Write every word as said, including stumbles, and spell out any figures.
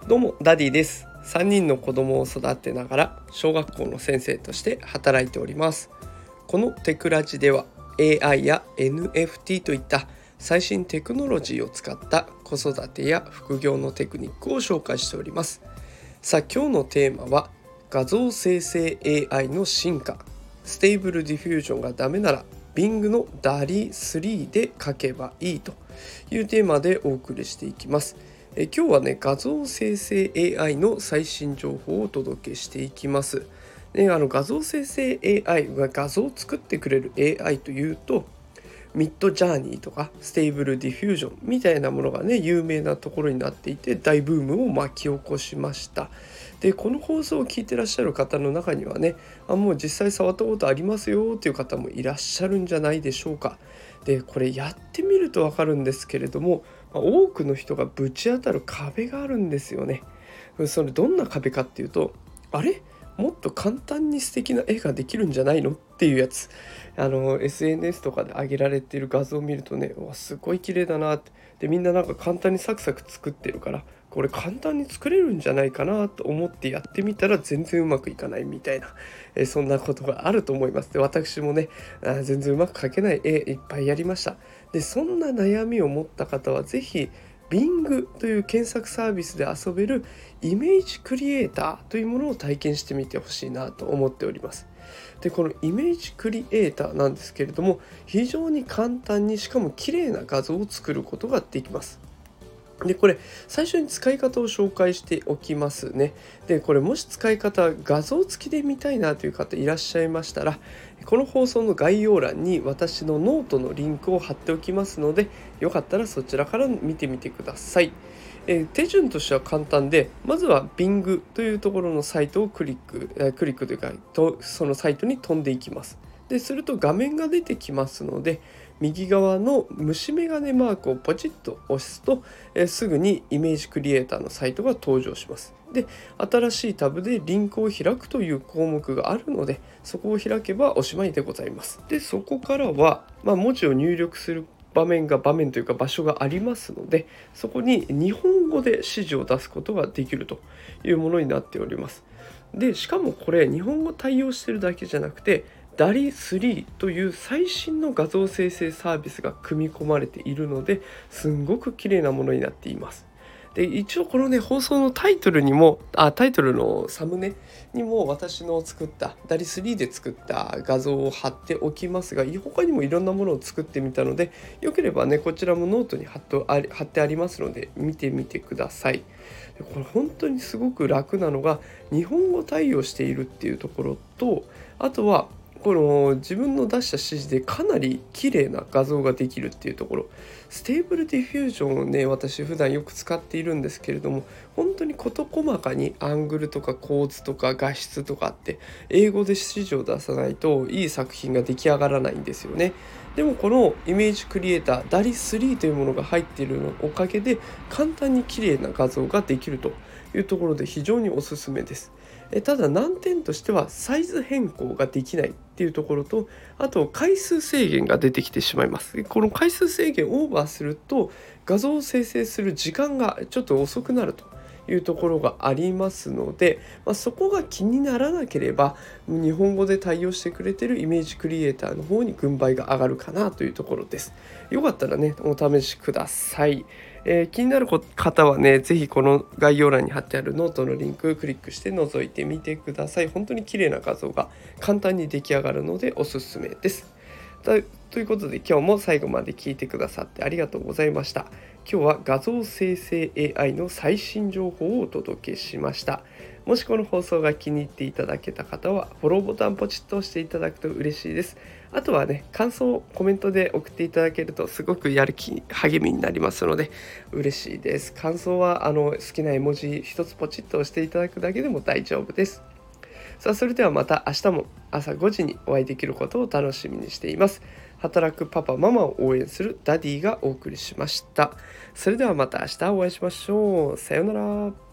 どうもダディです。さんにんの子供を育てながら小学校の先生として働いております。このテクラジでは エーアイ や エヌエフティー といった最新テクノロジーを使った子育てや副業のテクニックを紹介しております。さあ今日のテーマは画像生成 エーアイ の進化。ステーブルディフュージョンがダメなら Bing の ダリスリー で書けばいいというテーマでお送りしていきます。え今日はね画像生成 エーアイ の最新情報をお届けしていきます。ね、あの画像生成 エーアイ は画像を作ってくれる エーアイ というとミッドジャーニーとかステーブルディフュージョンみたいなものがね有名なところになっていて大ブームを巻き起こしました。でこの放送を聞いてらっしゃる方の中にはねあもう実際触ったことありますよという方もいらっしゃるんじゃないでしょうか。でこれやってみるとわかるんですけれども、多くの人がぶち当たる壁があるんですよね。それどんな壁かっていうと、あれもっと簡単に素敵な絵ができるんじゃないのっていうやつ。あの エスエヌエス とかで上げられている画像を見るとね、うわすごい綺麗だなって。でみんななんか簡単にサクサク作ってるから、これ簡単に作れるんじゃないかなと思ってやってみたら全然うまくいかないみたいな、えそんなことがあると思います。で私もねあ全然うまく描けない絵いっぱいやりました。でそんな悩みを持った方はぜひBing という検索サービスで遊べるイメージクリエイターというものを体験してみてほしいなと思っております。でこのイメージクリエイターなんですけれども、非常に簡単にしかも綺麗な画像を作ることができます。でこれ最初に使い方を紹介しておきますね。でこれもし使い方画像付きで見たいなという方いらっしゃいましたら、この放送の概要欄に私のノートのリンクを貼っておきますので、よかったらそちらから見てみてください。えー手順としては簡単で、まずは Bing というところのサイトをクリック、えークリックというかとそのサイトに飛んでいきます。ですると画面が出てきますので、右側の虫眼鏡マークをポチッと押すと、えーすぐにイメージクリエイターのサイトが登場します。で新しいタブでリンクを開くという項目があるので、そこを開けばおしまいでございます。でそこからは、まあ、文字を入力する場面が場面というか場所がありますので、そこに日本語で指示を出すことができるというものになっております。でしかもこれ日本語対応してるだけじゃなくて、ダリスリーという最新の画像生成サービスが組み込まれているので、すんごく綺麗なものになっています。で一応このね放送のタイトルにもあタイトルのサムネにも私の作ったダリスリーで作った画像を貼っておきますが、他にもいろんなものを作ってみたので、よければねこちらもノートに貼ってあり貼ってありますので見てみてください。でこれ本当にすごく楽なのが日本語対応しているっていうところと、あとはこの自分の出した指示でかなり綺麗な画像ができるっていうところ。ステーブルディフュージョンをね私普段よく使っているんですけれども、本当に事細かにアングルとか構図とか画質とかって英語で指示を出さないといい作品が出来上がらないんですよね。でもこのイメージクリエイター ダリスリー というものが入っているのおかげで簡単に綺麗な画像ができるというところで非常におすすめです。えただ難点としてはサイズ変更ができないっていうところと、あと回数制限が出てきてしまいます。この回数制限をオーバーすると画像を生成する時間がちょっと遅くなるというところがありますので、まあ、そこが気にならなければ日本語で対応してくれてるイメージクリエイターの方に軍配が上がるかなというところです。よかったらねお試しください。えー気になる方はねぜひこの概要欄に貼ってあるノートのリンククリックして覗いてみてください。本当に綺麗な画像が簡単に出来上がるのでおすすめです。とということで今日も最後まで聞いてくださってありがとうございました。今日は画像生成 エーアイ の最新情報をお届けしました。もしこの放送が気に入っていただけた方はフォローボタンポチッと押していただくと嬉しいです。あとはね感想をコメントで送っていただけるとすごくやる気励みになりますので嬉しいです。感想はあの好きな絵文字一つポチッと押していただくだけでも大丈夫です。さあそれではまた明日も朝ごじにお会いできることを楽しみにしています。働くパパママを応援するダディがお送りしました。それではまた明日お会いしましょう。さようなら。